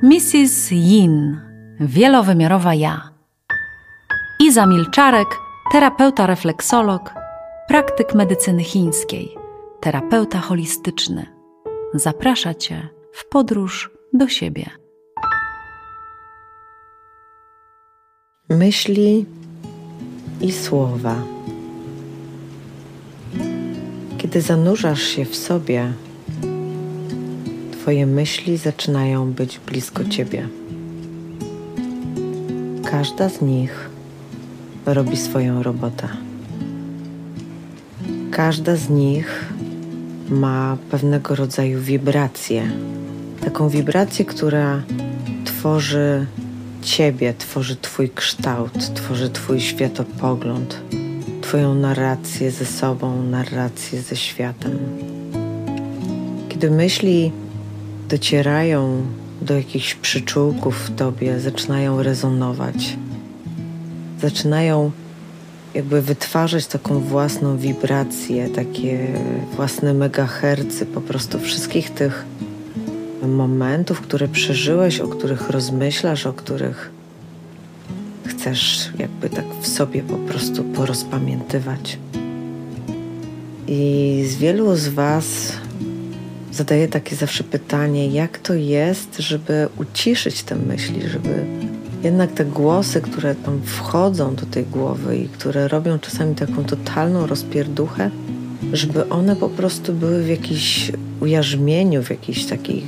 Mrs. Yin, wielowymiarowa ja. Iza Milczarek, terapeuta refleksolog, praktyk medycyny chińskiej, terapeuta holistyczny. Zaprasza Cię w podróż do siebie. Myśli i słowa. Kiedy zanurzasz się w sobie, Twoje myśli zaczynają być blisko Ciebie. Każda z nich robi swoją robotę. Każda z nich ma pewnego rodzaju wibrację. Taką wibrację, która tworzy Ciebie, tworzy Twój kształt, tworzy Twój światopogląd, Twoją narrację ze sobą, narrację ze światem. Kiedy myśli docierają do jakichś przyczółków w Tobie, zaczynają rezonować, zaczynają jakby wytwarzać taką własną wibrację, takie własne megahercy po prostu wszystkich tych momentów, które przeżyłeś, o których rozmyślasz, o których chcesz jakby tak w sobie po prostu porozpamiętywać. I z wielu z Was zadaję takie zawsze pytanie, jak to jest, żeby uciszyć te myśli, żeby jednak te głosy, które tam wchodzą do tej głowy i które robią czasami taką totalną rozpierduchę, żeby one po prostu były w jakimś ujarzmieniu, w jakiejś takiej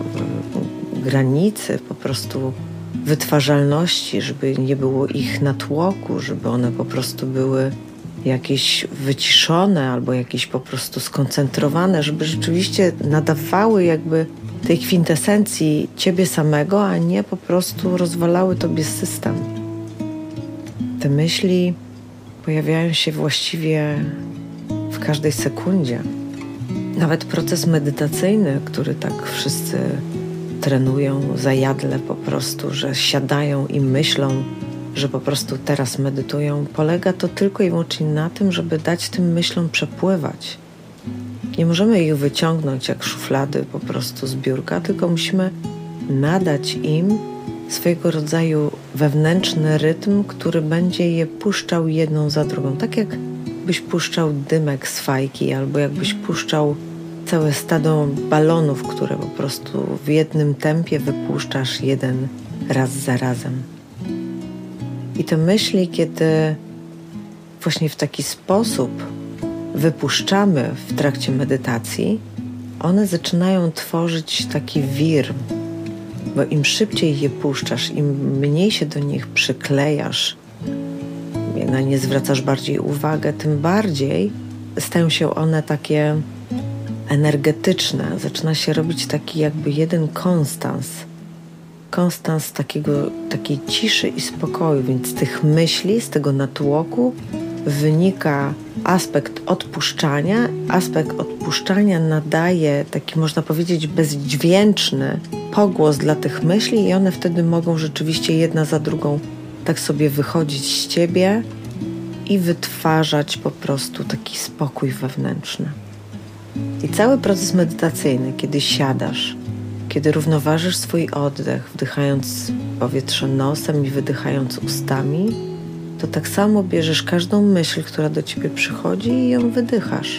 granicy po prostu wytwarzalności, żeby nie było ich natłoku, żeby one po prostu były jakieś wyciszone albo jakieś po prostu skoncentrowane, żeby rzeczywiście nadawały jakby tej kwintesencji Ciebie samego, a nie po prostu rozwalały Tobie system. Te myśli pojawiają się właściwie w każdej sekundzie. Nawet proces medytacyjny, który tak wszyscy trenują zajadle po prostu, że siadają i myślą, że po prostu teraz medytują, polega to tylko i wyłącznie na tym, żeby dać tym myślom przepływać. Nie możemy ich wyciągnąć jak szuflady po prostu z biurka, tylko musimy nadać im swojego rodzaju wewnętrzny rytm, który będzie je puszczał jedną za drugą. Tak jakbyś puszczał dymek z fajki albo jakbyś puszczał całe stado balonów, które po prostu w jednym tempie wypuszczasz jeden raz za razem. I te myśli, kiedy właśnie w taki sposób wypuszczamy w trakcie medytacji, one zaczynają tworzyć taki wir, bo im szybciej je puszczasz, im mniej się do nich przyklejasz, na nie zwracasz bardziej uwagę, tym bardziej stają się one takie energetyczne. Zaczyna się robić taki jakby jeden konstans takiej ciszy i spokoju, więc z tych myśli, z tego natłoku wynika aspekt odpuszczania. Aspekt odpuszczania nadaje taki, można powiedzieć, bezdźwięczny pogłos dla tych myśli i one wtedy mogą rzeczywiście jedna za drugą tak sobie wychodzić z Ciebie i wytwarzać po prostu taki spokój wewnętrzny. I cały proces medytacyjny, kiedy siadasz, kiedy równoważysz swój oddech, wdychając powietrze nosem i wydychając ustami, to tak samo bierzesz każdą myśl, która do Ciebie przychodzi i ją wydychasz.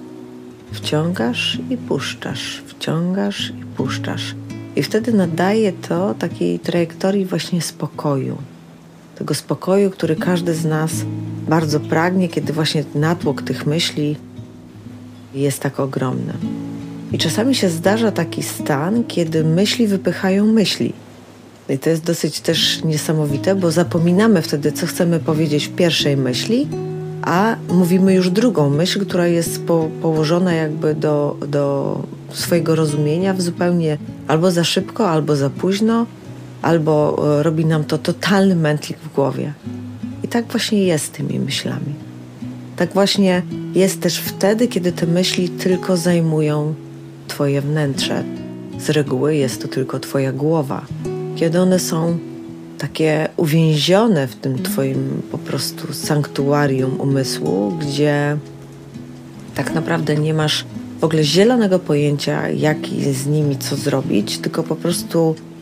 Wciągasz i puszczasz, wciągasz i puszczasz. I wtedy nadaje to takiej trajektorii właśnie spokoju. Tego spokoju, który każdy z nas bardzo pragnie, kiedy właśnie natłok tych myśli jest tak ogromny. I czasami się zdarza taki stan, kiedy myśli wypychają myśli. I to jest dosyć też niesamowite, bo zapominamy wtedy, co chcemy powiedzieć w pierwszej myśli, a mówimy już drugą myśl, która jest położona jakby do swojego rozumienia w zupełnie albo za szybko, albo za późno, albo robi nam to totalny mętlik w głowie. I tak właśnie jest z tymi myślami. Tak właśnie jest też wtedy, kiedy te myśli tylko zajmują Twoje wnętrze. Z reguły jest to tylko Twoja głowa. Kiedy one są takie uwięzione w tym Twoim po prostu sanktuarium umysłu, gdzie tak naprawdę nie masz w ogóle zielonego pojęcia, jak z nimi co zrobić, tylko po prostu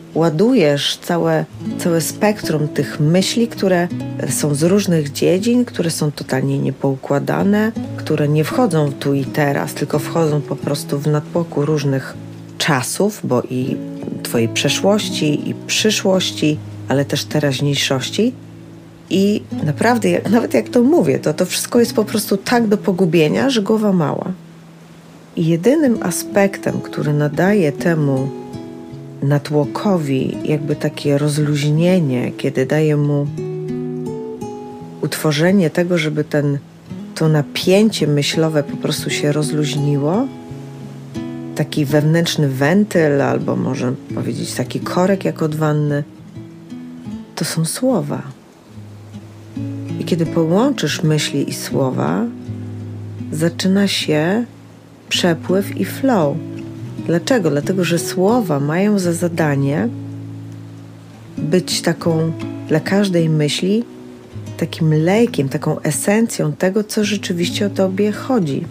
ładujesz całe spektrum tych myśli, które są z różnych dziedzin, które są totalnie niepoukładane, które nie wchodzą w tu i teraz, tylko wchodzą po prostu w natłoku różnych czasów, bo i twojej przeszłości, i przyszłości, ale też teraźniejszości. I naprawdę, nawet jak to mówię, to wszystko jest po prostu tak do pogubienia, że głowa mała. I jedynym aspektem, który nadaje temu natłokowi jakby takie rozluźnienie, kiedy daje mu utworzenie tego, żeby to napięcie myślowe po prostu się rozluźniło, taki wewnętrzny wentyl, albo może powiedzieć taki korek jak od wanny, to są słowa. I kiedy połączysz myśli i słowa, zaczyna się przepływ i flow. Dlaczego? Dlatego, że słowa mają za zadanie być taką dla każdej myśli takim lejkiem, taką esencją tego, co rzeczywiście o tobie chodzi.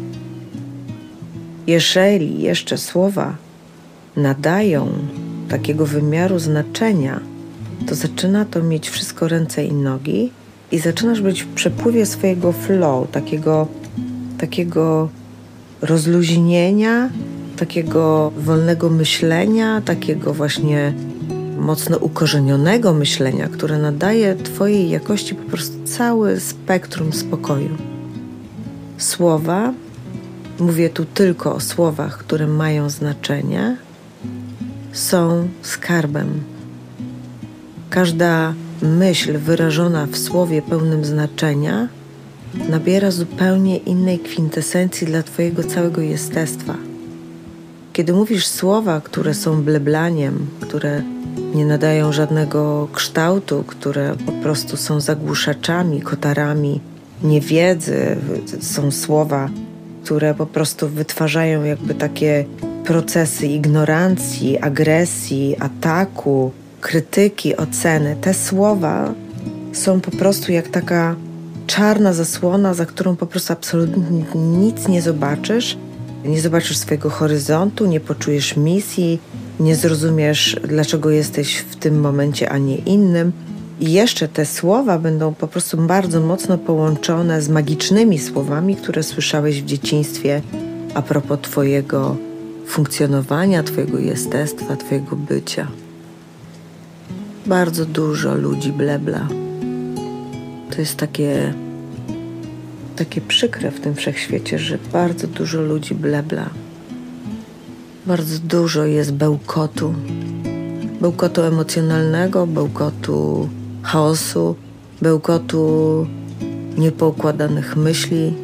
Jeżeli jeszcze słowa nadają takiego wymiaru znaczenia, to zaczyna to mieć wszystko ręce i nogi i zaczynasz być w przepływie swojego flow, takiego rozluźnienia, takiego wolnego myślenia, takiego właśnie mocno ukorzenionego myślenia, które nadaje twojej jakości po prostu całe spektrum spokoju. Słowa, mówię tu tylko o słowach, które mają znaczenie, są skarbem. Każda myśl wyrażona w słowie pełnym znaczenia nabiera zupełnie innej kwintesencji dla twojego całego jestestwa. Kiedy mówisz słowa, które są bleblaniem, które nie nadają żadnego kształtu, które po prostu są zagłuszaczami, kotarami niewiedzy, są słowa, które po prostu wytwarzają jakby takie procesy ignorancji, agresji, ataku, krytyki, oceny. Te słowa są po prostu jak taka czarna zasłona, za którą po prostu absolutnie nic nie zobaczysz. Nie zobaczysz swojego horyzontu, nie poczujesz misji, nie zrozumiesz, dlaczego jesteś w tym momencie, a nie innym. I jeszcze te słowa będą po prostu bardzo mocno połączone z magicznymi słowami, które słyszałeś w dzieciństwie a propos twojego funkcjonowania, twojego jestestwa, twojego bycia. Bardzo dużo ludzi blebla. To jest takie przykre w tym wszechświecie, że bardzo dużo ludzi blebla. Bardzo dużo jest bełkotu. Bełkotu emocjonalnego, bełkotu chaosu, bełkotu niepoukładanych myśli,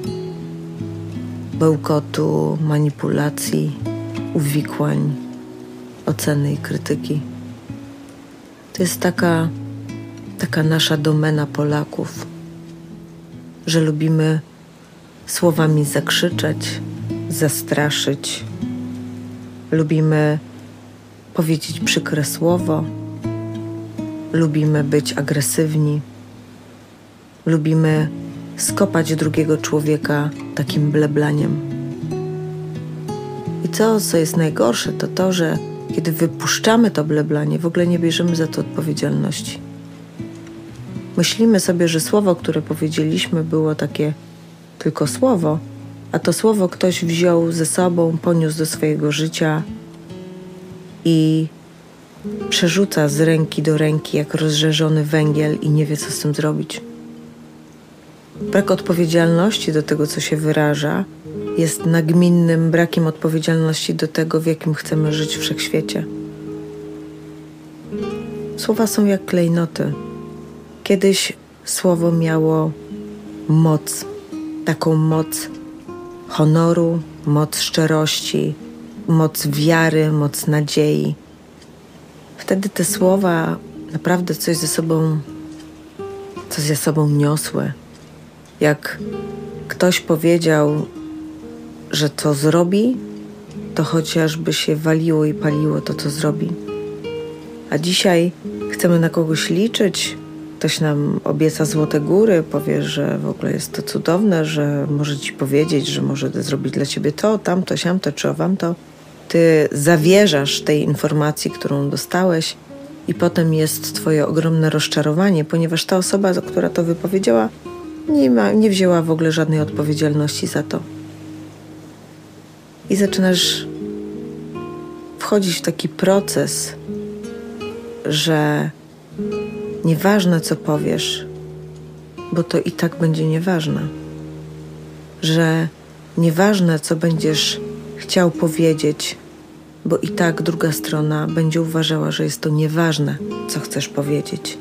bełkotu manipulacji, uwikłań, oceny i krytyki. To jest taka nasza domena Polaków, że lubimy słowami zakrzyczeć, zastraszyć. Lubimy powiedzieć przykre słowo. Lubimy być agresywni. Lubimy skopać drugiego człowieka takim bleblaniem. I co jest najgorsze, to, że kiedy wypuszczamy to bleblanie, w ogóle nie bierzemy za to odpowiedzialności. Myślimy sobie, że słowo, które powiedzieliśmy, było takie tylko słowo, a to słowo ktoś wziął ze sobą, poniósł do swojego życia i przerzuca z ręki do ręki jak rozżarzony węgiel i nie wie, co z tym zrobić. Brak odpowiedzialności do tego, co się wyraża, jest nagminnym brakiem odpowiedzialności do tego, w jakim chcemy żyć w wszechświecie. Słowa są jak klejnoty. Kiedyś słowo miało moc, taką moc honoru, moc szczerości, moc wiary, moc nadziei. Wtedy te słowa naprawdę coś ze sobą niosły. Jak ktoś powiedział, że to zrobi, to chociażby się waliło i paliło to zrobi. A dzisiaj chcemy na kogoś liczyć, ktoś nam obieca złote góry, powie, że w ogóle jest to cudowne, że może ci powiedzieć, że może zrobić dla ciebie to, tamto, siamto czy owamto. ty zawierzasz tej informacji, którą dostałeś i potem jest twoje ogromne rozczarowanie, ponieważ ta osoba, która to wypowiedziała, nie wzięła w ogóle żadnej odpowiedzialności za to. I zaczynasz wchodzić w taki proces, że nieważne co powiesz, bo to i tak będzie nieważne. Że nieważne co będziesz chciał powiedzieć, bo i tak druga strona będzie uważała, że jest to nieważne, co chcesz powiedzieć.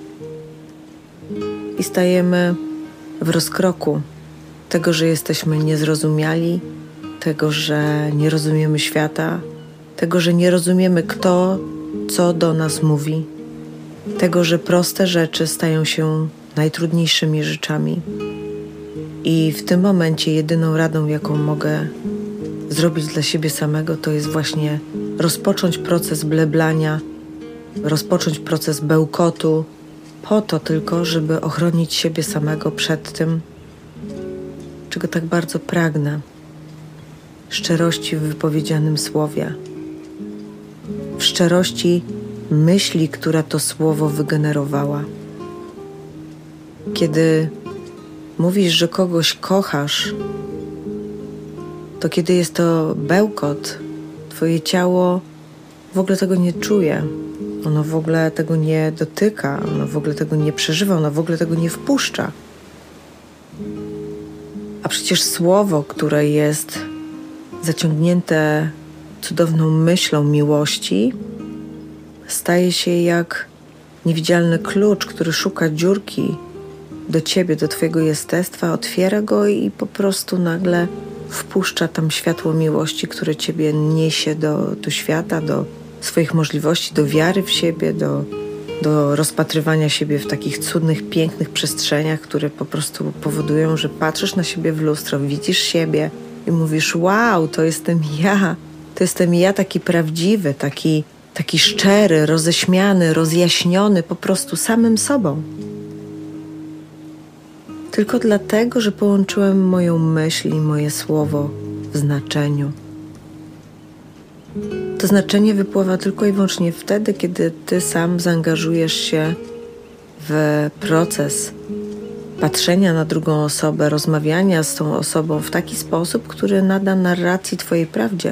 I stajemy w rozkroku tego, że jesteśmy niezrozumiali, tego, że nie rozumiemy świata, tego, że nie rozumiemy kto, co do nas mówi, tego, że proste rzeczy stają się najtrudniejszymi rzeczami. I w tym momencie jedyną radą, jaką mogę zrobić dla siebie samego, to jest właśnie rozpocząć proces bleblania, rozpocząć proces bełkotu, po to tylko, żeby ochronić siebie samego przed tym, czego tak bardzo pragnę. Szczerości w wypowiedzianym słowie, w szczerości myśli, która to słowo wygenerowała. Kiedy mówisz, że kogoś kochasz, to kiedy jest to bełkot, twoje ciało w ogóle tego nie czuje. Ono w ogóle tego nie dotyka, ono w ogóle tego nie przeżywa, ono w ogóle tego nie wpuszcza. A przecież słowo, które jest zaciągnięte cudowną myślą miłości, staje się jak niewidzialny klucz, który szuka dziurki do ciebie, do twojego jestestwa, otwiera go i po prostu nagle wpuszcza tam światło miłości, które ciebie niesie do świata, do swoich możliwości, do wiary w siebie, do rozpatrywania siebie w takich cudnych, pięknych przestrzeniach, które po prostu powodują, że patrzysz na siebie w lustro, widzisz siebie i mówisz: wow, to jestem ja taki prawdziwy, taki szczery, roześmiany, rozjaśniony po prostu samym sobą. Tylko dlatego, że połączyłem moją myśl i moje słowo w znaczeniu. To znaczenie wypływa tylko i wyłącznie wtedy, kiedy ty sam zaangażujesz się w proces patrzenia na drugą osobę, rozmawiania z tą osobą w taki sposób, który nada narracji twojej prawdzie.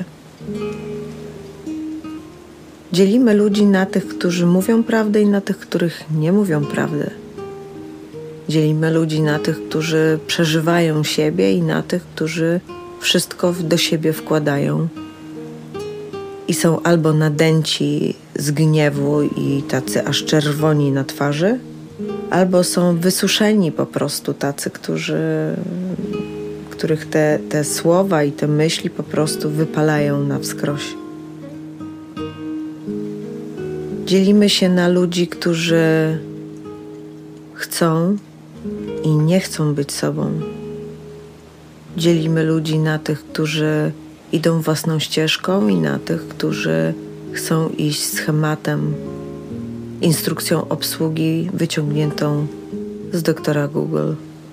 Dzielimy ludzi na tych, którzy mówią prawdę, i na tych, których nie mówią prawdy. Dzielimy ludzi na tych, którzy przeżywają siebie, i na tych, którzy wszystko do siebie wkładają i są albo nadęci z gniewu i tacy aż czerwoni na twarzy, albo są wysuszeni po prostu tacy, których te słowa i te myśli po prostu wypalają na wskroś. Dzielimy się na ludzi, którzy chcą i nie chcą być sobą. Dzielimy ludzi na tych, którzy idą własną ścieżką, i na tych, którzy chcą iść schematem, instrukcją obsługi wyciągniętą z doktora Google.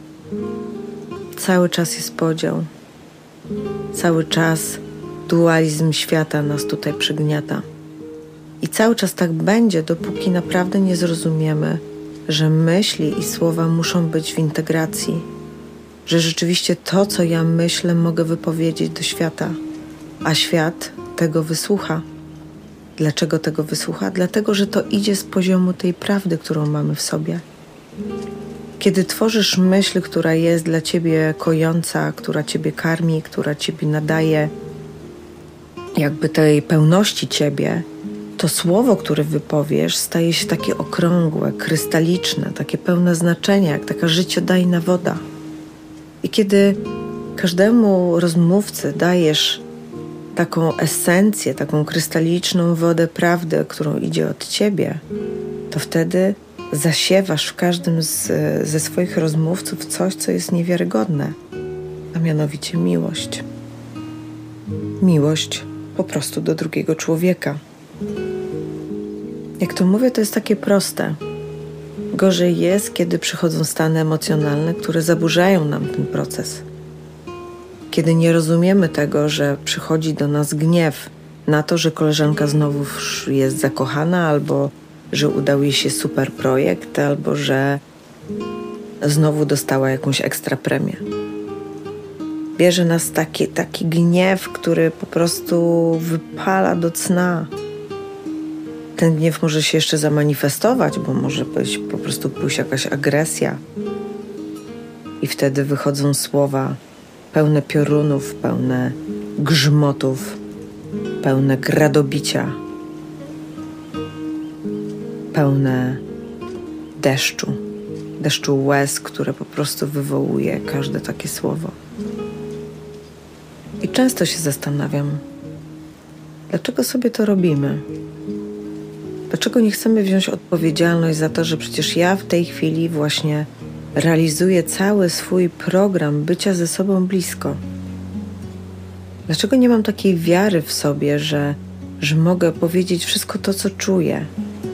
Cały czas jest podział. Cały czas dualizm świata nas tutaj przygniata. I cały czas tak będzie, dopóki naprawdę nie zrozumiemy, że myśli i słowa muszą być w integracji. Że rzeczywiście to, co ja myślę, mogę wypowiedzieć do świata, a świat tego wysłucha. Dlaczego tego wysłucha? Dlatego, że to idzie z poziomu tej prawdy, którą mamy w sobie. Kiedy tworzysz myśl, która jest dla ciebie kojąca, która ciebie karmi, która ciebie nadaje jakby tej pełności ciebie, to słowo, które wypowiesz, staje się takie okrągłe, krystaliczne, takie pełne znaczenia, jak taka życiodajna woda. I kiedy każdemu rozmówcy dajesz taką esencję, taką krystaliczną wodę prawdy, którą idzie od ciebie, to wtedy zasiewasz w każdym ze swoich rozmówców coś, co jest niewiarygodne, a mianowicie miłość. Miłość po prostu do drugiego człowieka. Jak to mówię, to jest takie proste. Gorzej jest, kiedy przychodzą stany emocjonalne, które zaburzają nam ten proces. Kiedy nie rozumiemy tego, że przychodzi do nas gniew na to, że koleżanka znowu jest zakochana, albo że udał jej się super projekt, albo że znowu dostała jakąś ekstra premię. Bierze nas taki gniew, który po prostu wypala do cna. Ten gniew może się jeszcze zamanifestować, bo może być po prostu pójść jakaś agresja. I wtedy wychodzą słowa pełne piorunów, pełne grzmotów, pełne gradobicia, pełne deszczu łez, które po prostu wywołuje każde takie słowo. I często się zastanawiam, dlaczego sobie to robimy? Dlaczego nie chcemy wziąć odpowiedzialność za to, że przecież ja w tej chwili właśnie realizuję cały swój program bycia ze sobą blisko? Dlaczego nie mam takiej wiary w sobie, że mogę powiedzieć wszystko to, co czuję?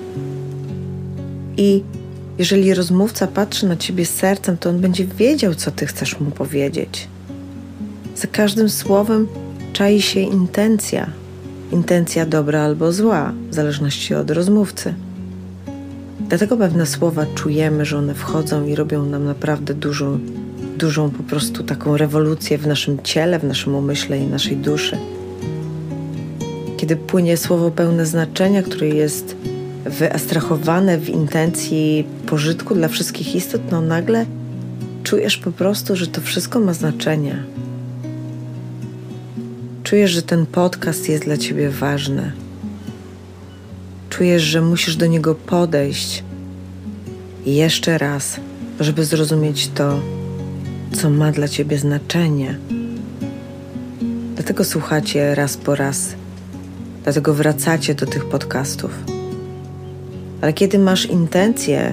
I jeżeli rozmówca patrzy na ciebie sercem, to on będzie wiedział, co ty chcesz mu powiedzieć. Za każdym słowem czai się intencja. Intencja dobra albo zła, w zależności od rozmówcy. Dlatego pewne słowa czujemy, że one wchodzą i robią nam naprawdę dużą po prostu taką rewolucję w naszym ciele, w naszym umyśle i naszej duszy. Kiedy płynie słowo pełne znaczenia, które jest wyabstrahowane w intencji pożytku dla wszystkich istot, no nagle czujesz po prostu, że to wszystko ma znaczenie. Czujesz, że ten podcast jest dla ciebie ważny. Czujesz, że musisz do niego podejść jeszcze raz, żeby zrozumieć to, co ma dla ciebie znaczenie. Dlatego słuchacie raz po raz. Dlatego wracacie do tych podcastów. Ale kiedy masz intencję,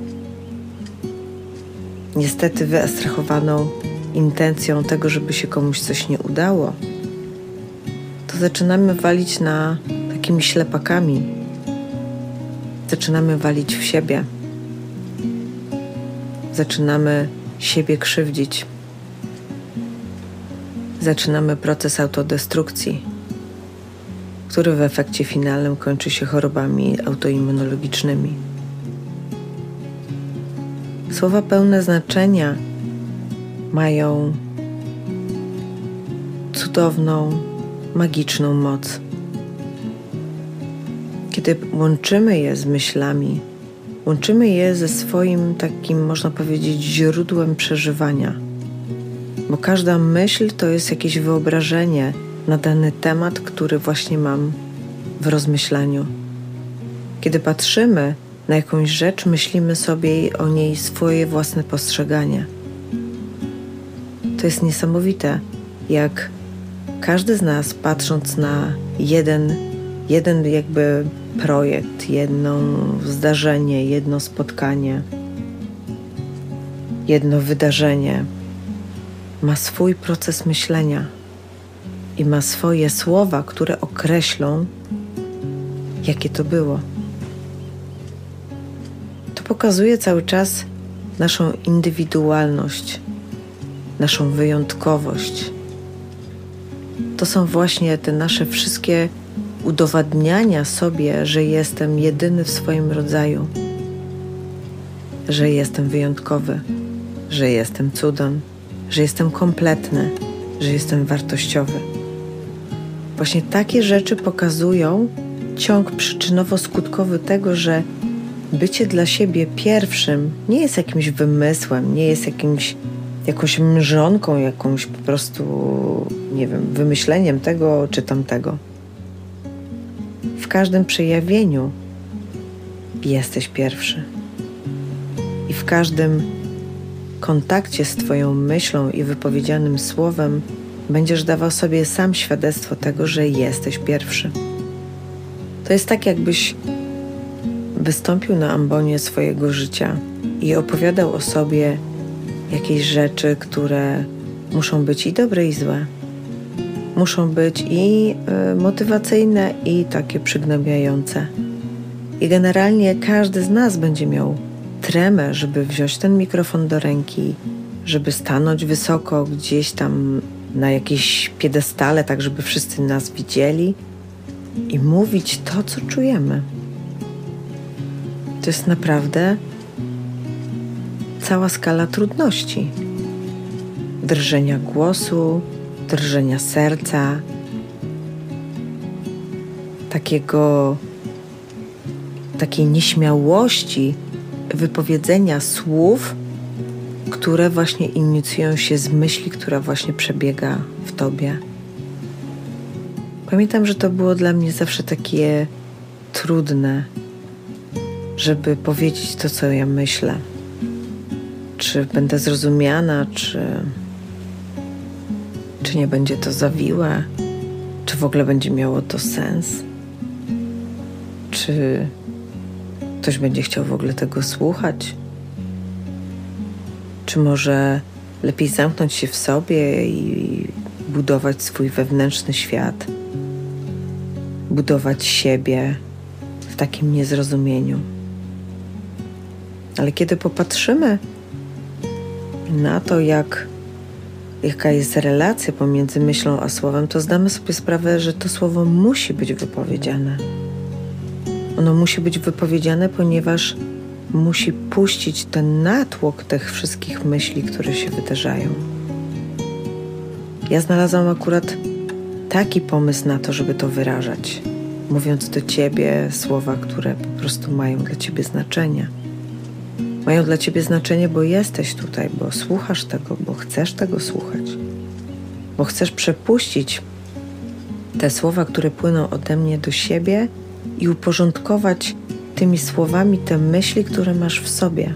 niestety wyabstrahowaną intencją tego, żeby się komuś coś nie udało, to zaczynamy walić na takimi ślepakami. Zaczynamy walić w siebie. Zaczynamy siebie krzywdzić. Zaczynamy proces autodestrukcji, który w efekcie finalnym kończy się chorobami autoimmunologicznymi. Słowa pełne znaczenia mają cudowną, magiczną moc. Kiedy łączymy je z myślami, łączymy je ze swoim takim, można powiedzieć, źródłem przeżywania. Bo każda myśl to jest jakieś wyobrażenie na dany temat, który właśnie mam w rozmyślaniu. Kiedy patrzymy na jakąś rzecz, myślimy sobie o niej swoje własne postrzeganie. To jest niesamowite, jak każdy z nas, patrząc na jeden jakby projekt, jedno zdarzenie, jedno spotkanie, jedno wydarzenie, ma swój proces myślenia i ma swoje słowa, które określą, jakie to było. To pokazuje cały czas naszą indywidualność, naszą wyjątkowość. To są właśnie te nasze wszystkie udowadniania sobie, że jestem jedyny w swoim rodzaju, że jestem wyjątkowy, że jestem cudem, że jestem kompletny, że jestem wartościowy. Właśnie takie rzeczy pokazują ciąg przyczynowo-skutkowy tego, że bycie dla siebie pierwszym nie jest jakimś wymysłem, nie jest jakąś mrzonką, jakąś po prostu, nie wiem, wymyśleniem tego czy tamtego. W każdym przejawieniu jesteś pierwszy. I w każdym kontakcie z twoją myślą i wypowiedzianym słowem będziesz dawał sobie sam świadectwo tego, że jesteś pierwszy. To jest tak, jakbyś wystąpił na ambonie swojego życia i opowiadał o sobie jakieś rzeczy, które muszą być i dobre, i złe. Muszą być i motywacyjne, i takie przygnębiające. I generalnie każdy z nas będzie miał tremę, żeby wziąć ten mikrofon do ręki, żeby stanąć wysoko gdzieś tam na jakiejś piedestale, tak żeby wszyscy nas widzieli i mówić to, co czujemy. To jest naprawdę cała skala trudności. Drżenia głosu, drżenia serca, takiej nieśmiałości wypowiedzenia słów, które właśnie inicjują się z myśli, która właśnie przebiega w tobie. Pamiętam, że to było dla mnie zawsze takie trudne, żeby powiedzieć to, co ja myślę. Czy będę zrozumiana, czy nie będzie to zawiłe, czy w ogóle będzie miało to sens, czy ktoś będzie chciał w ogóle tego słuchać, czy może lepiej zamknąć się w sobie i budować swój wewnętrzny świat, budować siebie w takim niezrozumieniu. Ale kiedy popatrzymy na to, jaka jest relacja pomiędzy myślą a słowem, to zdamy sobie sprawę, że to słowo musi być wypowiedziane. Ono musi być wypowiedziane, ponieważ musi puścić ten natłok tych wszystkich myśli, które się wydarzają. Ja znalazłam akurat taki pomysł na to, żeby to wyrażać, mówiąc do ciebie słowa, które po prostu mają dla ciebie znaczenie. Mają dla ciebie znaczenie, bo jesteś tutaj, bo słuchasz tego, bo chcesz tego słuchać, bo chcesz przepuścić te słowa, które płyną ode mnie do siebie i uporządkować tymi słowami te myśli, które masz w sobie.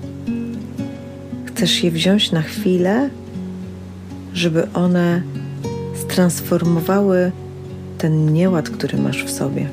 Chcesz je wziąć na chwilę, żeby one transformowały ten nieład, który masz w sobie.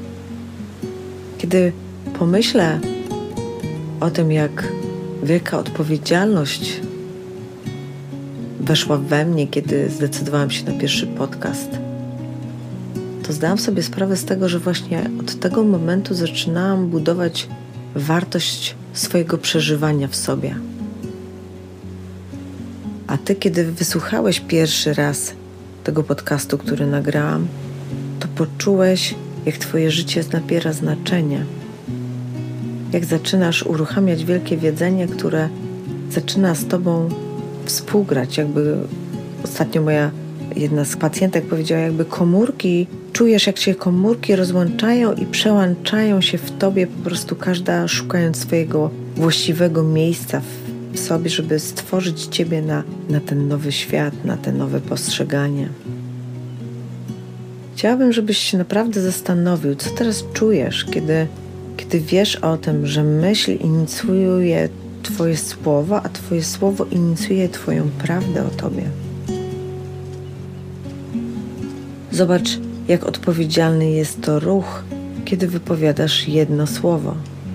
Kiedy pomyślę o tym, jak wielka odpowiedzialność weszła we mnie, kiedy zdecydowałam się na pierwszy podcast, to zdałam sobie sprawę z tego, że właśnie od tego momentu zaczynałam budować wartość swojego przeżywania w sobie. A ty, kiedy wysłuchałeś pierwszy raz tego podcastu, który nagrałam, to poczułeś, jak twoje życie nabiera znaczenia. Jak zaczynasz uruchamiać wielkie wiedzenie, które zaczyna z tobą współgrać. Jakby ostatnio moja jedna z pacjentek powiedziała, jakby komórki, czujesz, jak się komórki rozłączają i przełączają się w tobie, po prostu każda szukając swojego właściwego miejsca w sobie, żeby stworzyć ciebie na ten nowy świat, na te nowe postrzeganie. Chciałabym, żebyś się naprawdę zastanowił, co teraz czujesz, kiedy wiesz o tym, że myśl inicjuje twoje słowo, a twoje słowo inicjuje twoją prawdę o tobie. Zobacz, jak odpowiedzialny jest to ruch, kiedy wypowiadasz jedno słowo.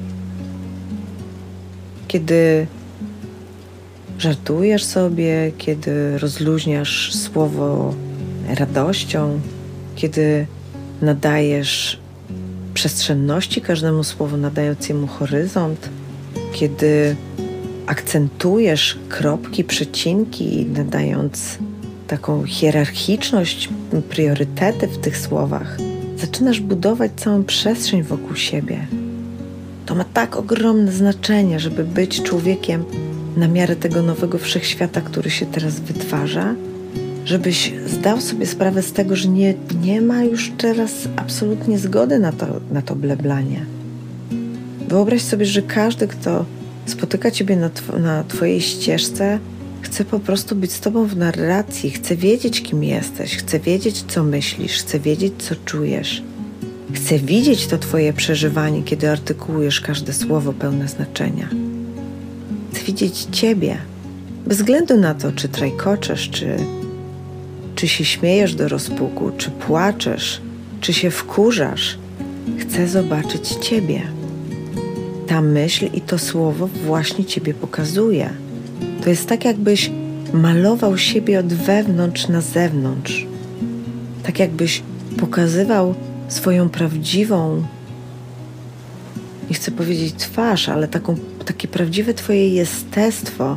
Kiedy żartujesz sobie, kiedy rozluźniasz słowo radością, kiedy nadajesz przestrzenności każdemu słowu, nadając jemu horyzont, kiedy akcentujesz kropki, przecinki, nadając taką hierarchiczność, priorytety w tych słowach, zaczynasz budować całą przestrzeń wokół siebie. To ma tak ogromne znaczenie, żeby być człowiekiem na miarę tego nowego wszechświata, który się teraz wytwarza, żebyś zdał sobie sprawę z tego, że nie ma już teraz absolutnie zgody na to bleblanie. Wyobraź sobie, że każdy, kto spotyka ciebie na twojej ścieżce, chce po prostu być z tobą w narracji, chce wiedzieć, kim jesteś, chce wiedzieć, co myślisz, chce wiedzieć, co czujesz. Chce widzieć to twoje przeżywanie, kiedy artykułujesz każde słowo pełne znaczenia. Chce widzieć ciebie, bez względu na to, czy trajkoczesz, czy się śmiejesz do rozpuku, czy płaczesz, czy się wkurzasz. Chcę zobaczyć ciebie. Ta myśl i to słowo właśnie ciebie pokazuje. To jest tak, jakbyś malował siebie od wewnątrz na zewnątrz. Tak jakbyś pokazywał swoją prawdziwą, nie chcę powiedzieć twarz, ale takie prawdziwe twoje jestestwo.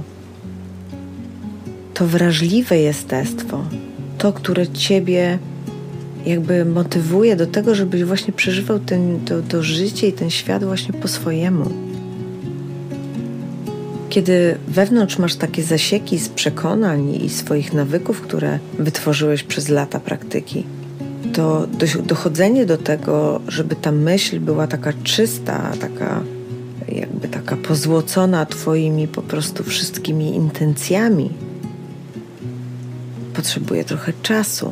To wrażliwe jestestwo. To, które ciebie jakby motywuje do tego, żebyś właśnie przeżywał to życie i ten świat właśnie po swojemu. Kiedy wewnątrz masz takie zasieki z przekonań i swoich nawyków, które wytworzyłeś przez lata praktyki, to dochodzenie do tego, żeby ta myśl była taka czysta, taka pozłocona twoimi po prostu wszystkimi intencjami, potrzebuje trochę czasu.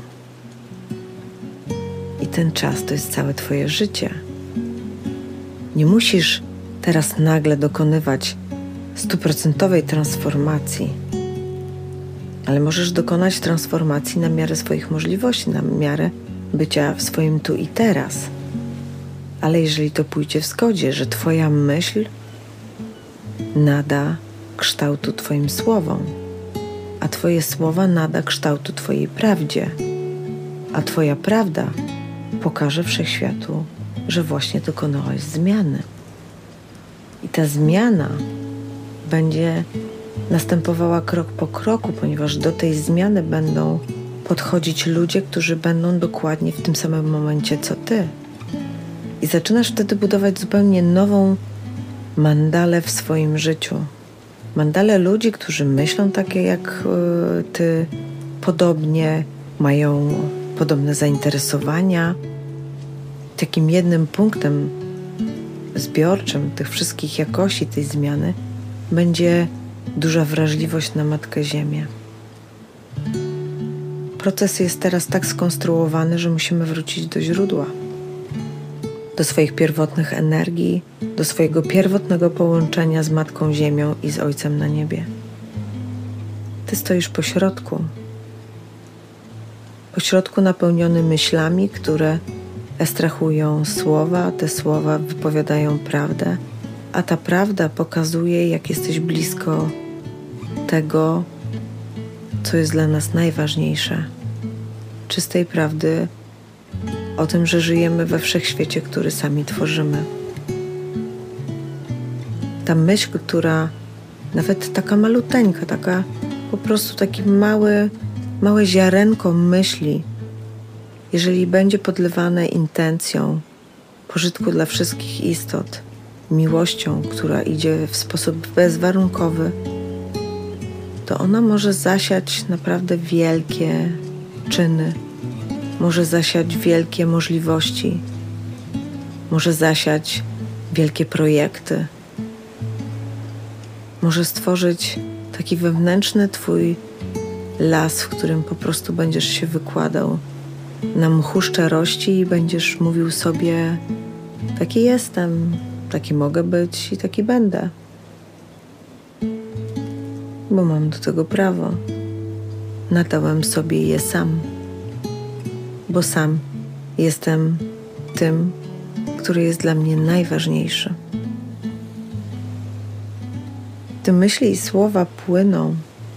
I ten czas to jest całe twoje życie. Nie musisz teraz nagle dokonywać 100% transformacji, ale możesz dokonać transformacji na miarę swoich możliwości, na miarę bycia w swoim tu i teraz. Ale jeżeli to pójdzie w zgodzie, że twoja myśl nada kształtu twoim słowom, a twoje słowa nada kształtu twojej prawdzie, a twoja prawda pokaże wszechświatu, że właśnie dokonałaś zmiany. I ta zmiana będzie następowała krok po kroku, ponieważ do tej zmiany będą podchodzić ludzie, którzy będą dokładnie w tym samym momencie co ty. I zaczynasz wtedy budować zupełnie nową mandalę w swoim życiu. Mandalę ludzi, którzy myślą takie jak ty, podobnie, mają podobne zainteresowania. Takim jednym punktem zbiorczym tych wszystkich jakości tej zmiany będzie duża wrażliwość na Matkę Ziemię. Proces jest teraz tak skonstruowany, że musimy wrócić do źródła, do swoich pierwotnych energii, do swojego pierwotnego połączenia z Matką Ziemią i z Ojcem na niebie. Ty stoisz pośrodku napełniony myślami, które estrahują słowa, te słowa wypowiadają prawdę, a ta prawda pokazuje, jak jesteś blisko tego, co jest dla nas najważniejsze. Czystej prawdy o tym, że żyjemy we wszechświecie, który sami tworzymy. Ta myśl, która nawet taka maluteńka, taka po prostu takie małe ziarenko myśli, jeżeli będzie podlewane intencją pożytku dla wszystkich istot, miłością, która idzie w sposób bezwarunkowy, to ona może zasiać naprawdę wielkie czyny, może zasiać wielkie możliwości, może zasiać wielkie projekty, może stworzyć taki wewnętrzny twój las, w którym po prostu będziesz się wykładał na mchu szczerości i będziesz mówił sobie: taki jestem, taki mogę być i taki będę, bo mam do tego prawo. Nadałem sobie je sam, bo sam jestem tym, który jest dla mnie najważniejszy. Te myśli i słowa płyną.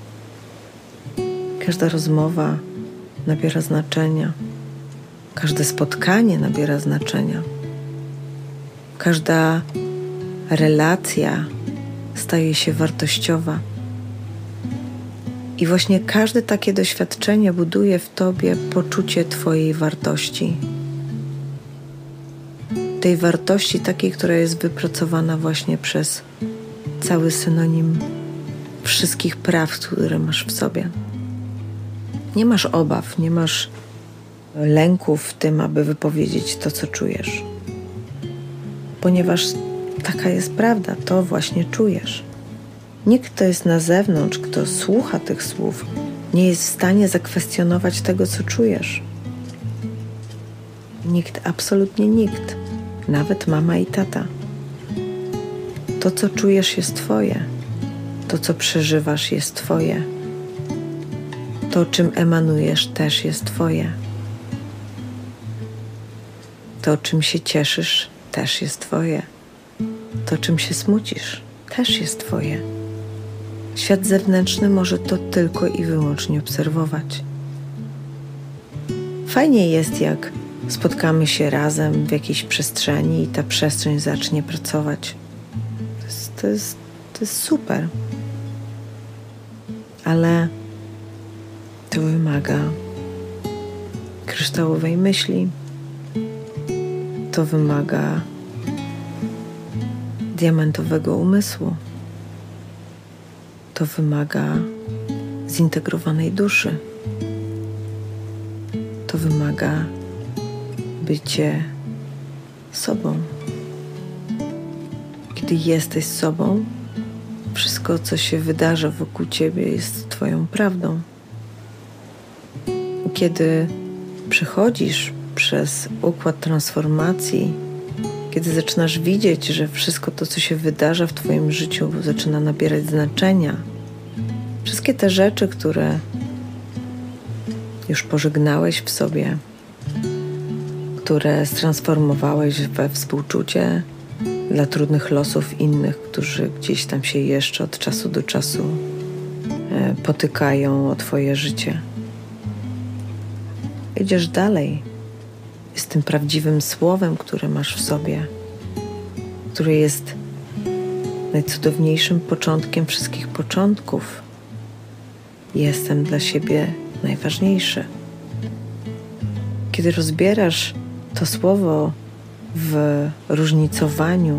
Każda rozmowa nabiera znaczenia. Każde spotkanie nabiera znaczenia. Każda relacja staje się wartościowa. I właśnie każde takie doświadczenie buduje w tobie poczucie twojej wartości. Tej wartości takiej, która jest wypracowana właśnie przez cały synonim wszystkich praw, które masz w sobie. Nie masz obaw, nie masz lęków w tym, aby wypowiedzieć to, co czujesz. Ponieważ taka jest prawda, to właśnie czujesz. Nikt, kto jest na zewnątrz, kto słucha tych słów, nie jest w stanie zakwestionować tego, co czujesz. Nikt, absolutnie nikt. Nawet mama i tata. To, co czujesz, jest twoje. To, co przeżywasz, jest twoje. To, czym emanujesz, też jest twoje. To, czym się cieszysz, też jest twoje. To, czym się smucisz, też jest twoje. Świat zewnętrzny może to tylko i wyłącznie obserwować. Fajnie jest, jak spotkamy się razem w jakiejś przestrzeni i ta przestrzeń zacznie pracować. To jest super. Ale to wymaga kryształowej myśli. To wymaga diamentowego umysłu. To wymaga zintegrowanej duszy. To wymaga bycie sobą. Kiedy jesteś sobą, wszystko, co się wydarza wokół ciebie, jest twoją prawdą. Kiedy przechodzisz przez układ transformacji, kiedy zaczynasz widzieć, że wszystko to, co się wydarza w twoim życiu, zaczyna nabierać znaczenia, wszystkie te rzeczy, które już pożegnałeś w sobie, które transformowałeś we współczucie dla trudnych losów innych, którzy gdzieś tam się jeszcze od czasu do czasu potykają o twoje życie. Idziesz dalej. Jest tym prawdziwym słowem, które masz w sobie, które jest najcudowniejszym początkiem wszystkich początków. Jestem dla siebie najważniejszy. Kiedy rozbierasz to słowo w różnicowaniu,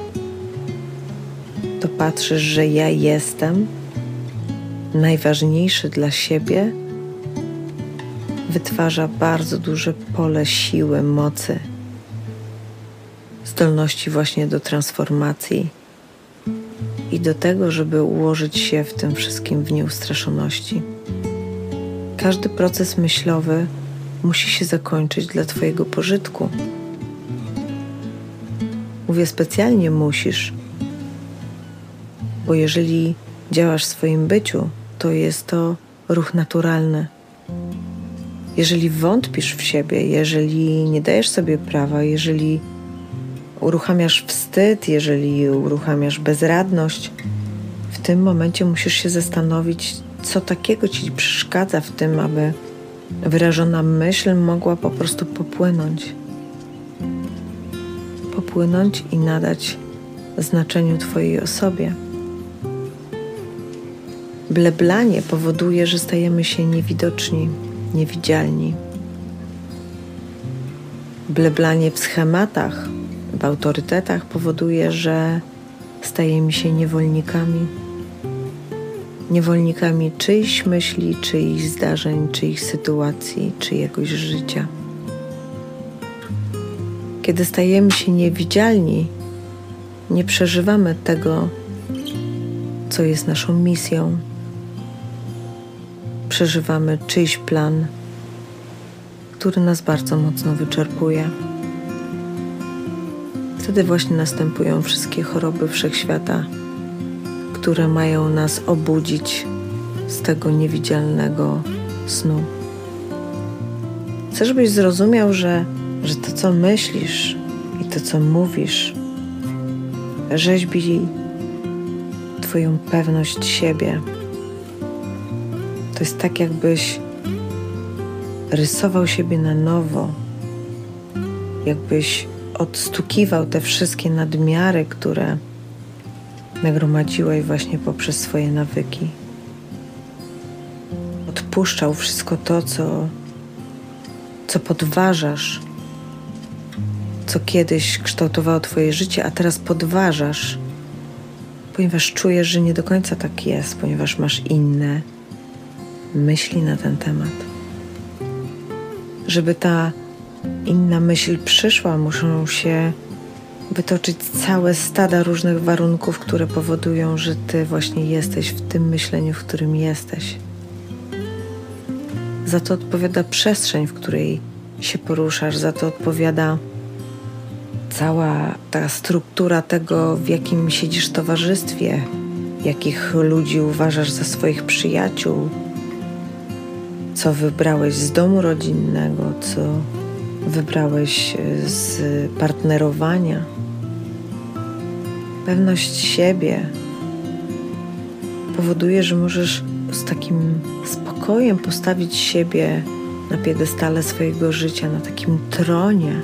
to patrzysz, że ja jestem najważniejszy dla siebie, wytwarza bardzo duże pole siły, mocy, zdolności właśnie do transformacji i do tego, żeby ułożyć się w tym wszystkim w nieustraszoności. Każdy proces myślowy musi się zakończyć dla twojego pożytku. Mówię specjalnie musisz, bo jeżeli działasz w swoim byciu, to jest to ruch naturalny. Jeżeli wątpisz w siebie, jeżeli nie dajesz sobie prawa, jeżeli uruchamiasz wstyd, jeżeli uruchamiasz bezradność, w tym momencie musisz się zastanowić, co takiego ci przeszkadza w tym, aby wyrażona myśl mogła po prostu popłynąć i nadać znaczeniu twojej osobie. Bleblanie powoduje, że stajemy się niewidoczni, niewidzialni. Bleblanie w schematach, w autorytetach powoduje, że stajemy się niewolnikami. Niewolnikami czyichś myśli, czyichś zdarzeń, czyichś sytuacji, czyjegoś życia. Kiedy stajemy się niewidzialni, nie przeżywamy tego, co jest naszą misją. Przeżywamy czyjś plan, który nas bardzo mocno wyczerpuje. Wtedy właśnie następują wszystkie choroby wszechświata, które mają nas obudzić z tego niewidzialnego snu. Chcę, żebyś zrozumiał, że to, co myślisz i to, co mówisz, rzeźbi twoją pewność siebie. To jest tak, jakbyś rysował siebie na nowo, jakbyś odstukiwał te wszystkie nadmiary, które nagromadziłeś właśnie poprzez swoje nawyki. Odpuszczał wszystko to, co podważasz, co kiedyś kształtowało twoje życie, a teraz podważasz, ponieważ czujesz, że nie do końca tak jest, ponieważ masz inne myśli na ten temat. Żeby ta inna myśl przyszła, muszą się wytoczyć całe stada różnych warunków, które powodują, że ty właśnie jesteś w tym myśleniu, w którym jesteś. Za to odpowiada przestrzeń, w której się poruszasz, za to odpowiada cała ta struktura tego, w jakim siedzisz towarzystwie, jakich ludzi uważasz za swoich przyjaciół, co wybrałeś z domu rodzinnego, co wybrałeś z partnerowania. Pewność siebie powoduje, że możesz z takim spokojem postawić siebie na piedestale swojego życia, na takim tronie,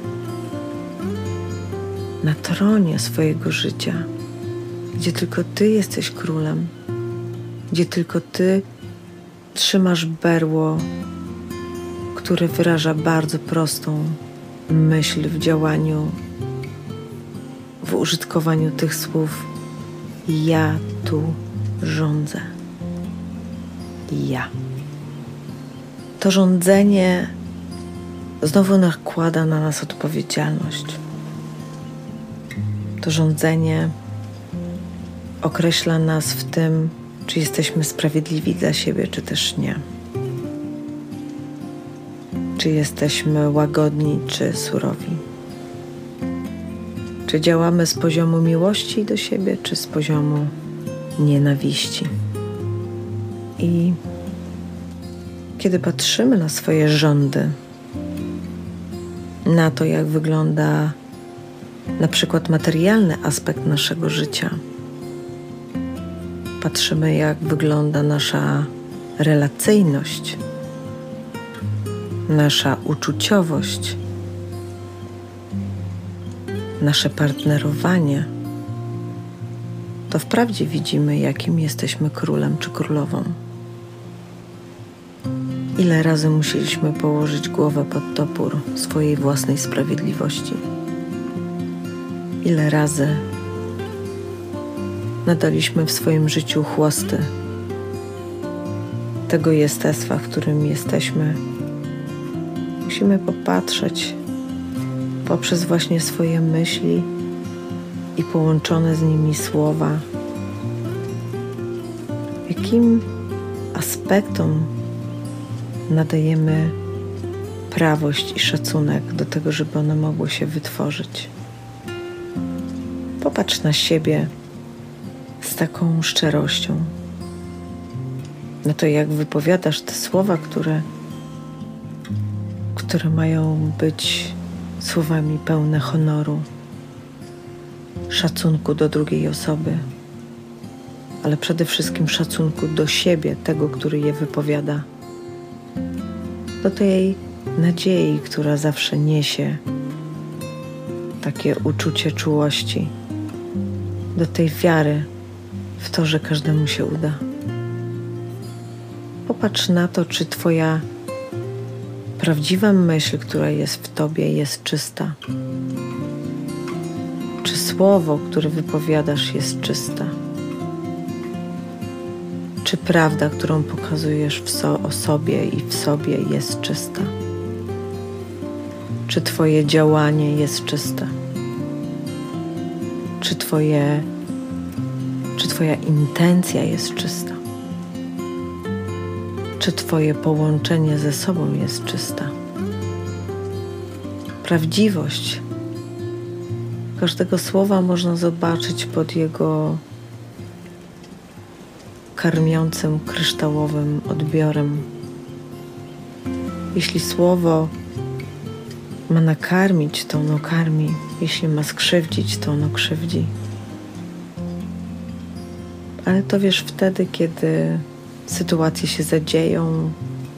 na tronie swojego życia, gdzie tylko ty jesteś królem, gdzie tylko ty trzymasz berło, które wyraża bardzo prostą myśl w działaniu, w użytkowaniu tych słów: ja tu rządzę. Ja. To rządzenie znowu nakłada na nas odpowiedzialność. To rządzenie określa nas w tym, czy jesteśmy sprawiedliwi dla siebie, czy też nie. Czy jesteśmy łagodni, czy surowi. Czy działamy z poziomu miłości do siebie, czy z poziomu nienawiści. I kiedy patrzymy na swoje rządy, na to, jak wygląda na przykład materialny aspekt naszego życia, patrzymy, jak wygląda nasza relacyjność, nasza uczuciowość, nasze partnerowanie, to wprawdzie widzimy, jakim jesteśmy królem czy królową. Ile razy musieliśmy położyć głowę pod topór swojej własnej sprawiedliwości? Ile razy nadaliśmy w swoim życiu chłosty tego jestestwa, w którym jesteśmy? Musimy popatrzeć poprzez właśnie swoje myśli i połączone z nimi słowa, jakim aspektom nadajemy prawość i szacunek do tego, żeby one mogły się wytworzyć. Popatrz na siebie z taką szczerością, na to, jak wypowiadasz te słowa, które mają być słowami pełne honoru, szacunku do drugiej osoby, ale przede wszystkim szacunku do siebie, tego, który je wypowiada, do tej nadziei, która zawsze niesie takie uczucie czułości, do tej wiary w to, że każdemu się uda. Popatrz na to, czy twoja prawdziwa myśl, która jest w tobie, jest czysta. Czy słowo, które wypowiadasz, jest czyste? Czy prawda, którą pokazujesz o sobie i w sobie, jest czysta? Czy twoje działanie jest czyste? Czy twoja intencja jest czysta? Czy twoje połączenie ze sobą jest czyste? Prawdziwość każdego słowa można zobaczyć pod jego karmiącym, kryształowym odbiorem. Jeśli słowo ma nakarmić, to ono karmi. Jeśli ma skrzywdzić, to ono krzywdzi. Ale to wiesz wtedy, kiedy sytuacje się zadzieją,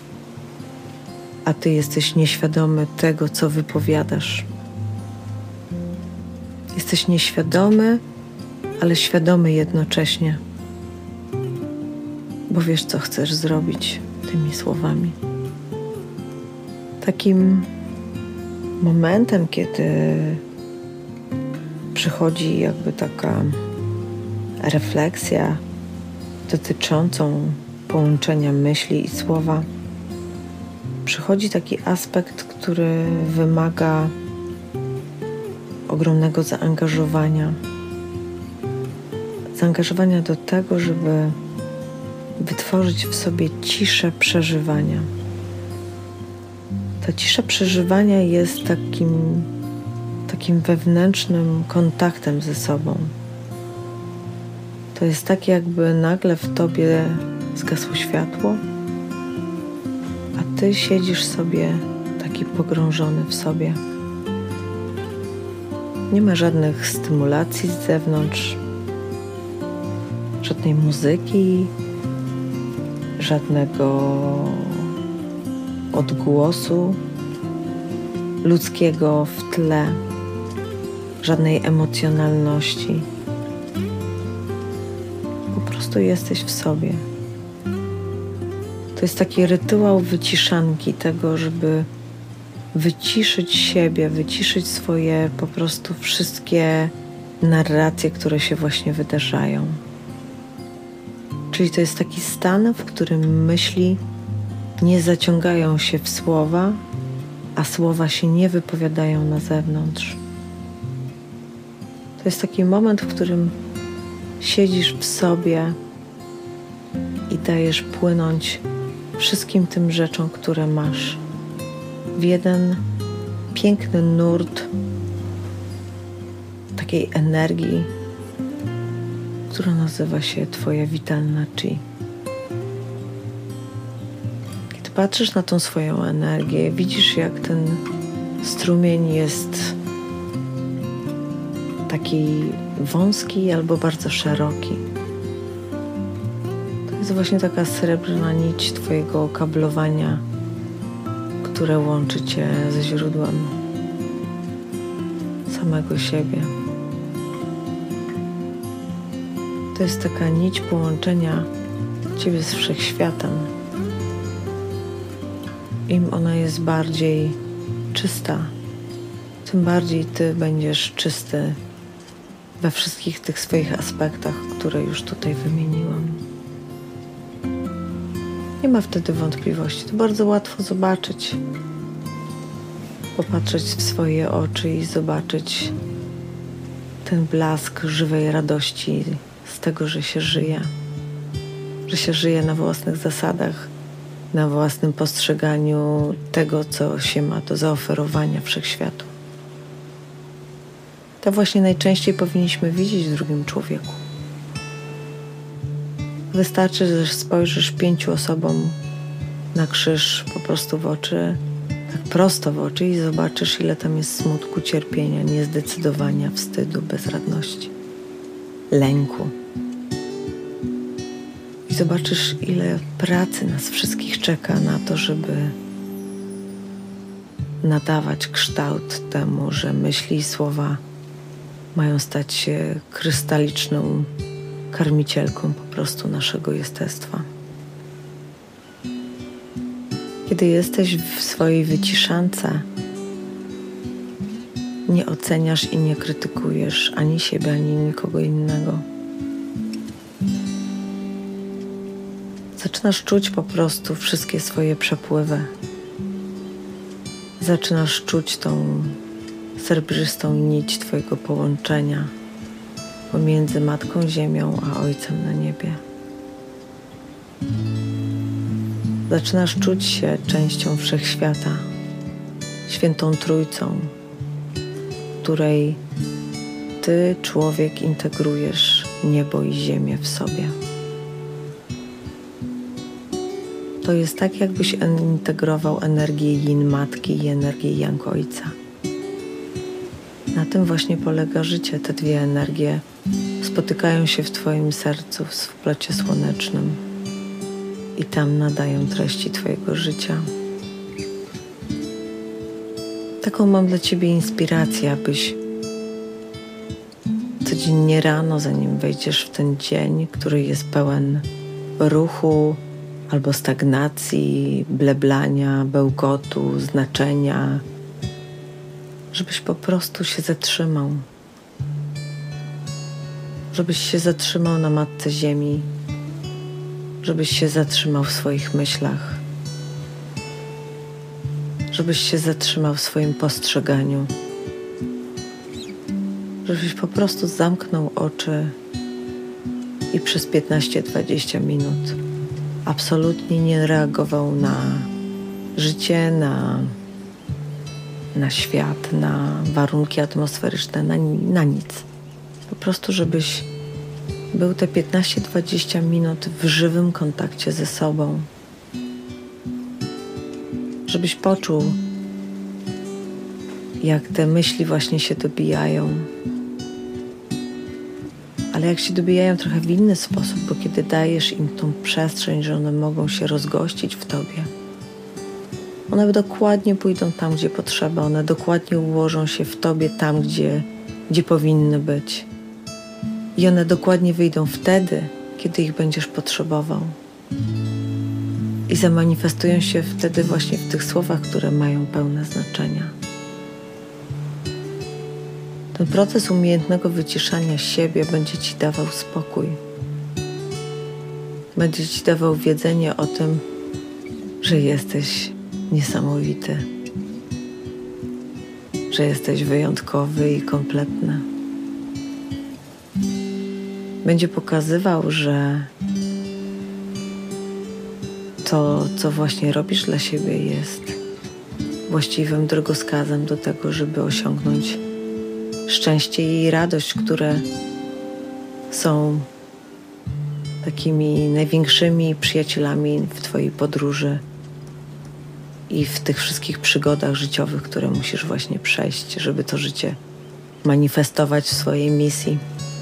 a ty jesteś nieświadomy tego, co wypowiadasz. Jesteś nieświadomy, ale świadomy jednocześnie, bo wiesz, co chcesz zrobić tymi słowami. Takim momentem, kiedy przychodzi jakby taka refleksja dotyczącą połączenia myśli i słowa, przychodzi taki aspekt, który wymaga ogromnego zaangażowania. Zaangażowania do tego, żeby wytworzyć w sobie ciszę przeżywania. Ta cisza przeżywania jest takim wewnętrznym kontaktem ze sobą. To jest tak, jakby nagle w tobie zgasło światło, a ty siedzisz sobie taki pogrążony w sobie. Nie ma żadnych stymulacji z zewnątrz, żadnej muzyki, żadnego odgłosu ludzkiego w tle, żadnej emocjonalności. Po prostu jesteś w sobie. To jest taki rytuał wyciszanki tego, żeby wyciszyć siebie, wyciszyć swoje po prostu wszystkie narracje, które się właśnie wydarzają. Czyli to jest taki stan, w którym myśli nie zaciągają się w słowa, a słowa się nie wypowiadają na zewnątrz. To jest taki moment, w którym siedzisz w sobie i dajesz płynąć wszystkim tym rzeczom, które masz, w jeden piękny nurt takiej energii, która nazywa się Twoja witalna chi. Kiedy patrzysz na tą swoją energię, widzisz, jak ten strumień jest taki wąski albo bardzo szeroki. To jest właśnie taka srebrna nić Twojego kablowania, które łączy Cię ze źródłem samego siebie. To jest taka nić połączenia Ciebie z Wszechświatem. Im ona jest bardziej czysta, tym bardziej Ty będziesz czysty we wszystkich tych swoich aspektach, które już tutaj wymieniłam. Nie ma wtedy wątpliwości. To bardzo łatwo zobaczyć. Popatrzeć w swoje oczy i zobaczyć ten blask żywej radości z tego, że się żyje. Że się żyje na własnych zasadach, na własnym postrzeganiu tego, co się ma do zaoferowania Wszechświatu. To właśnie najczęściej powinniśmy widzieć w drugim człowieku. Wystarczy, że spojrzysz 5 osobom na krzyż po prostu w oczy, tak prosto w oczy i zobaczysz, ile tam jest smutku, cierpienia, niezdecydowania, wstydu, bezradności, lęku. I zobaczysz, ile pracy nas wszystkich czeka na to, żeby nadawać kształt temu, że myśli i słowa mają stać się krystaliczną karmicielką po prostu naszego jestestwa. Kiedy jesteś w swojej wyciszance, nie oceniasz i nie krytykujesz ani siebie, ani nikogo innego. Zaczynasz czuć po prostu wszystkie swoje przepływy. Zaczynasz czuć tą srebrzystą nić Twojego połączenia pomiędzy Matką Ziemią a Ojcem na niebie. Zaczynasz czuć się częścią Wszechświata, Świętą Trójcą, której Ty, człowiek, integrujesz niebo i ziemię w sobie. To jest tak, jakbyś integrował energię Yin Matki i energię Yang Ojca. Na tym właśnie polega życie. Te dwie energie spotykają się w Twoim sercu, w splecie słonecznym i tam nadają treści Twojego życia. Taką mam dla Ciebie inspirację, abyś codziennie rano, zanim wejdziesz w ten dzień, który jest pełen ruchu albo stagnacji, bleblania, bełkotu, znaczenia, żebyś po prostu się zatrzymał. Żebyś się zatrzymał na Matce Ziemi, żebyś się zatrzymał w swoich myślach, żebyś się zatrzymał w swoim postrzeganiu, żebyś po prostu zamknął oczy i przez 15-20 minut absolutnie nie reagował na życie, na świat, na warunki atmosferyczne, na nic. Po prostu, żebyś był te 15-20 minut w żywym kontakcie ze sobą. Żebyś poczuł, jak te myśli właśnie się dobijają. Ale jak się dobijają trochę w inny sposób, bo kiedy dajesz im tą przestrzeń, że one mogą się rozgościć w Tobie, one dokładnie pójdą tam, gdzie potrzeba. One dokładnie ułożą się w Tobie tam, gdzie powinny być. I one dokładnie wyjdą wtedy, kiedy ich będziesz potrzebował. i zamanifestują się wtedy właśnie w tych słowach, które mają pełne znaczenia. Ten proces umiejętnego wyciszania siebie będzie Ci dawał spokój. Będzie Ci dawał wiedzenie o tym, że jesteś niesamowity, że jesteś wyjątkowy i kompletny. Będzie pokazywał, że to, co właśnie robisz dla siebie, jest właściwym drogowskazem do tego, żeby osiągnąć szczęście i radość, które są takimi największymi przyjacielami w Twojej podróży i w tych wszystkich przygodach życiowych, które musisz właśnie przejść, żeby to życie manifestować w swojej misji.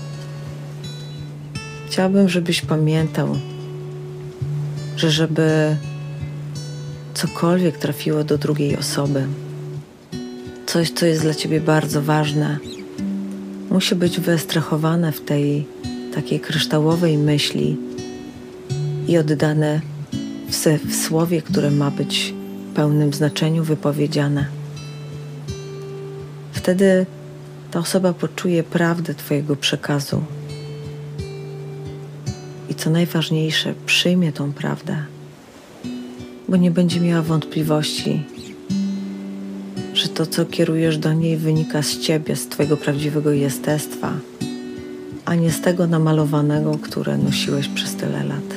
Chciałabym, żebyś pamiętał, że żeby cokolwiek trafiło do drugiej osoby, coś, co jest dla Ciebie bardzo ważne, musi być wyestrachowane w tej takiej kryształowej myśli i oddane w słowie, które ma być w pełnym znaczeniu wypowiedziane. Wtedy ta osoba poczuje prawdę Twojego przekazu i co najważniejsze, przyjmie tą prawdę, bo nie będzie miała wątpliwości, że to, co kierujesz do niej, wynika z Ciebie, z Twojego prawdziwego jestestwa, a nie z tego namalowanego, które nosiłeś przez tyle lat.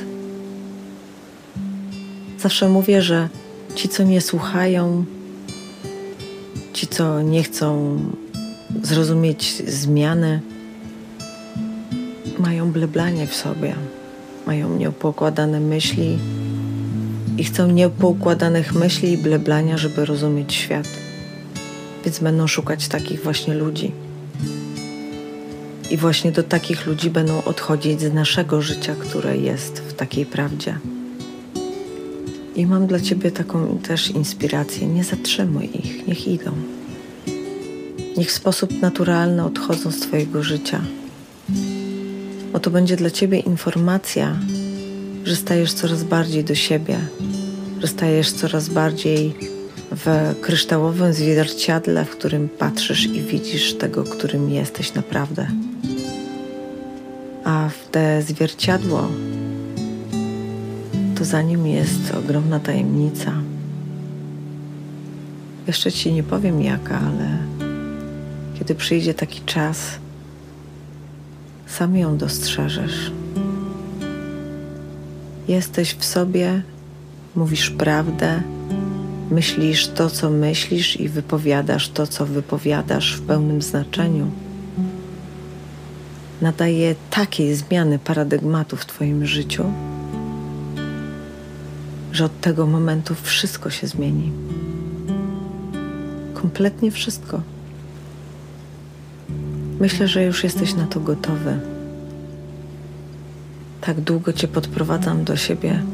Zawsze mówię, że ci, co nie słuchają, ci, co nie chcą zrozumieć zmiany, mają bleblanie w sobie, mają niepoukładane myśli i chcą niepoukładanych myśli i bleblania, żeby rozumieć świat. Więc będą szukać takich właśnie ludzi. I właśnie do takich ludzi będą odchodzić z naszego życia, które jest w takiej prawdzie. I mam dla Ciebie taką też inspirację. Nie zatrzymuj ich, niech idą. Niech w sposób naturalny odchodzą z Twojego życia. Bo to będzie dla Ciebie informacja, że stajesz coraz bardziej do siebie, że stajesz coraz bardziej w kryształowym zwierciadle, w którym patrzysz i widzisz tego, którym jesteś naprawdę. A w te zwierciadło to za nim jest ogromna tajemnica. Jeszcze Ci nie powiem jaka, ale kiedy przyjdzie taki czas, sam ją dostrzeżesz. Jesteś w sobie, mówisz prawdę, myślisz to, co myślisz i wypowiadasz to, co wypowiadasz w pełnym znaczeniu. Nadaje takiej zmiany paradygmatu w Twoim życiu, że od tego momentu wszystko się zmieni. Kompletnie wszystko. Myślę, że już jesteś na to gotowy. Tak długo Cię podprowadzam do siebie,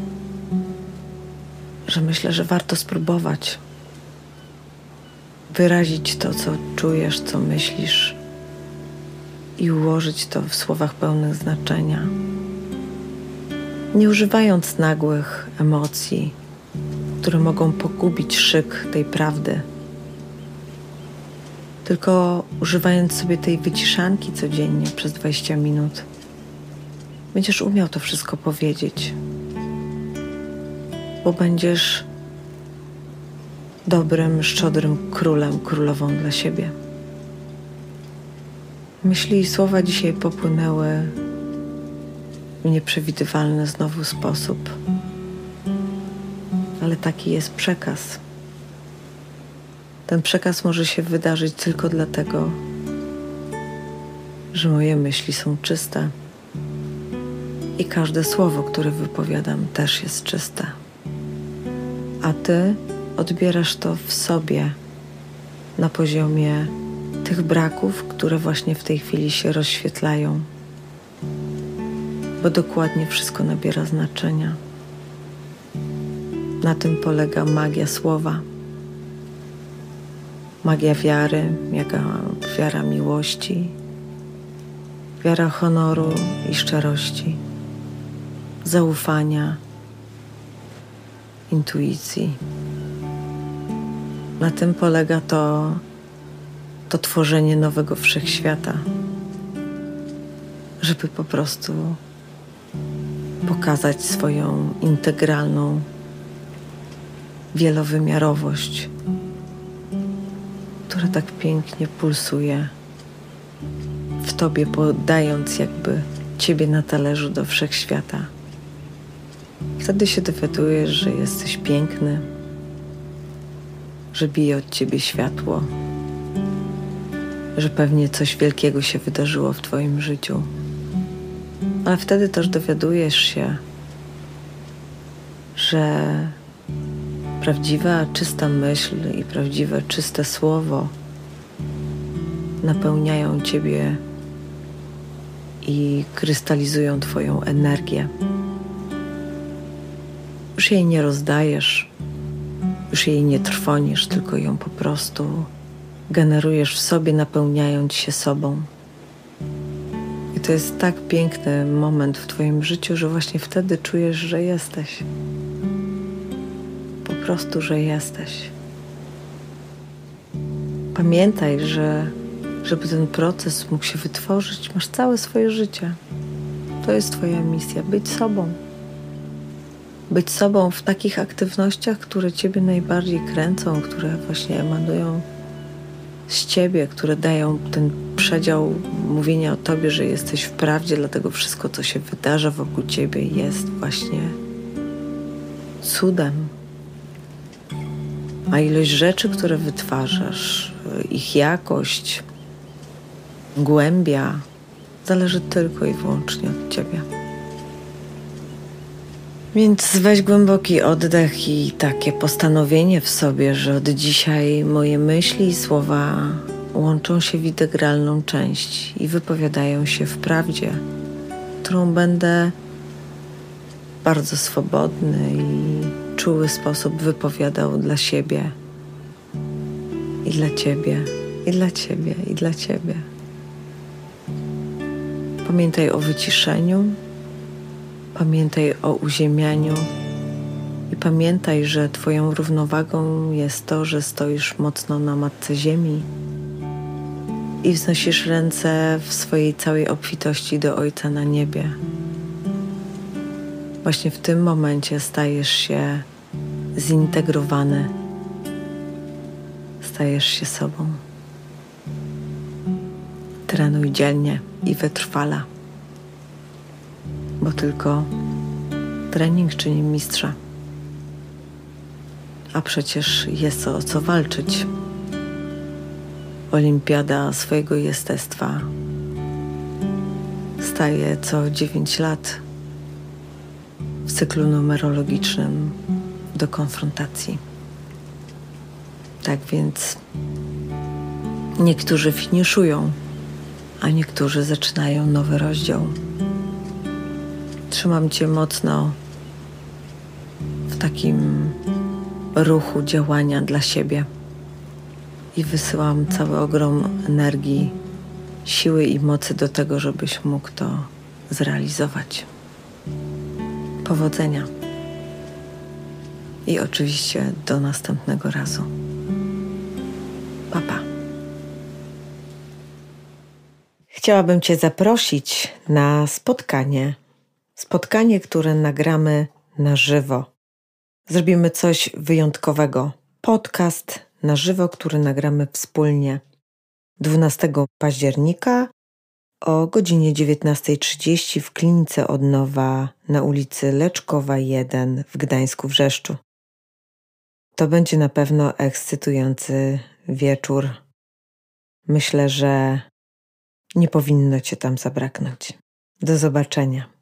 że myślę, że warto spróbować wyrazić to, co czujesz, co myślisz i ułożyć to w słowach pełnych znaczenia, nie używając nagłych emocji, które mogą pogubić szyk tej prawdy, tylko używając sobie tej wyciszanki codziennie przez 20 minut, będziesz umiał to wszystko powiedzieć, bo będziesz dobrym, szczodrym królem, królową dla siebie. Myśli i słowa dzisiaj popłynęły w nieprzewidywalny znowu sposób, ale taki jest przekaz. Ten przekaz może się wydarzyć tylko dlatego, że moje myśli są czyste i każde słowo, które wypowiadam, też jest czyste. A Ty odbierasz to w sobie na poziomie tych braków, które właśnie w tej chwili się rozświetlają, bo dokładnie wszystko nabiera znaczenia. Na tym polega magia słowa. Magia wiary, wiara miłości, wiara honoru i szczerości, zaufania intuicji. Na tym polega to tworzenie nowego wszechświata, żeby po prostu pokazać swoją integralną wielowymiarowość, która tak pięknie pulsuje w tobie, podając jakby ciebie na talerzu do wszechświata. Wtedy się dowiadujesz, że jesteś piękny, że bije od ciebie światło, że pewnie coś wielkiego się wydarzyło w twoim życiu. Ale wtedy też dowiadujesz się, że prawdziwa, czysta myśl i prawdziwe, czyste słowo napełniają ciebie i krystalizują twoją energię. Już jej nie rozdajesz, już jej nie trwonisz, tylko ją po prostu generujesz w sobie, napełniając się sobą. I to jest tak piękny moment w twoim życiu, że właśnie wtedy czujesz, że jesteś. Po prostu, że jesteś. Pamiętaj, że żeby ten proces mógł się wytworzyć, masz całe swoje życie. To jest twoja misja, być sobą. Być sobą w takich aktywnościach, które ciebie najbardziej kręcą, które właśnie emanują z ciebie, które dają ten przedział mówienia o tobie, że jesteś w prawdzie, dlatego wszystko, co się wydarza wokół ciebie, jest właśnie cudem. A ilość rzeczy, które wytwarzasz, ich jakość, głębia, zależy tylko i wyłącznie od ciebie. Więc weź głęboki oddech i takie postanowienie w sobie, że od dzisiaj moje myśli i słowa łączą się w integralną część i wypowiadają się w prawdzie, którą będę w bardzo swobodny i czuły sposób wypowiadał dla siebie i dla ciebie, i dla ciebie, i dla ciebie. Pamiętaj o wyciszeniu, pamiętaj o uziemianiu i pamiętaj, że twoją równowagą jest to, że stoisz mocno na matce ziemi i wznosisz ręce w swojej całej obfitości do Ojca na niebie. Właśnie w tym momencie stajesz się zintegrowany, stajesz się sobą. Trenuj dzielnie i wytrwale, bo tylko trening czyni mistrza. A przecież jest o co walczyć. Olimpiada swojego jestestwa staje co 9 lat w cyklu numerologicznym do konfrontacji. Tak więc niektórzy finiszują, a niektórzy zaczynają nowy rozdział. Trzymam cię mocno w takim ruchu działania dla siebie i wysyłam cały ogrom energii, siły i mocy do tego, żebyś mógł to zrealizować. Powodzenia i oczywiście do następnego razu. Pa, pa. Chciałabym cię zaprosić na spotkanie, które nagramy na żywo. Zrobimy coś wyjątkowego. Podcast na żywo, który nagramy wspólnie 12 października o godzinie 19:30 w Klinice Odnowa na ulicy Leczkowa 1 w Gdańsku-Wrzeszczu. To będzie na pewno ekscytujący wieczór. Myślę, że nie powinno cię tam zabraknąć. Do zobaczenia.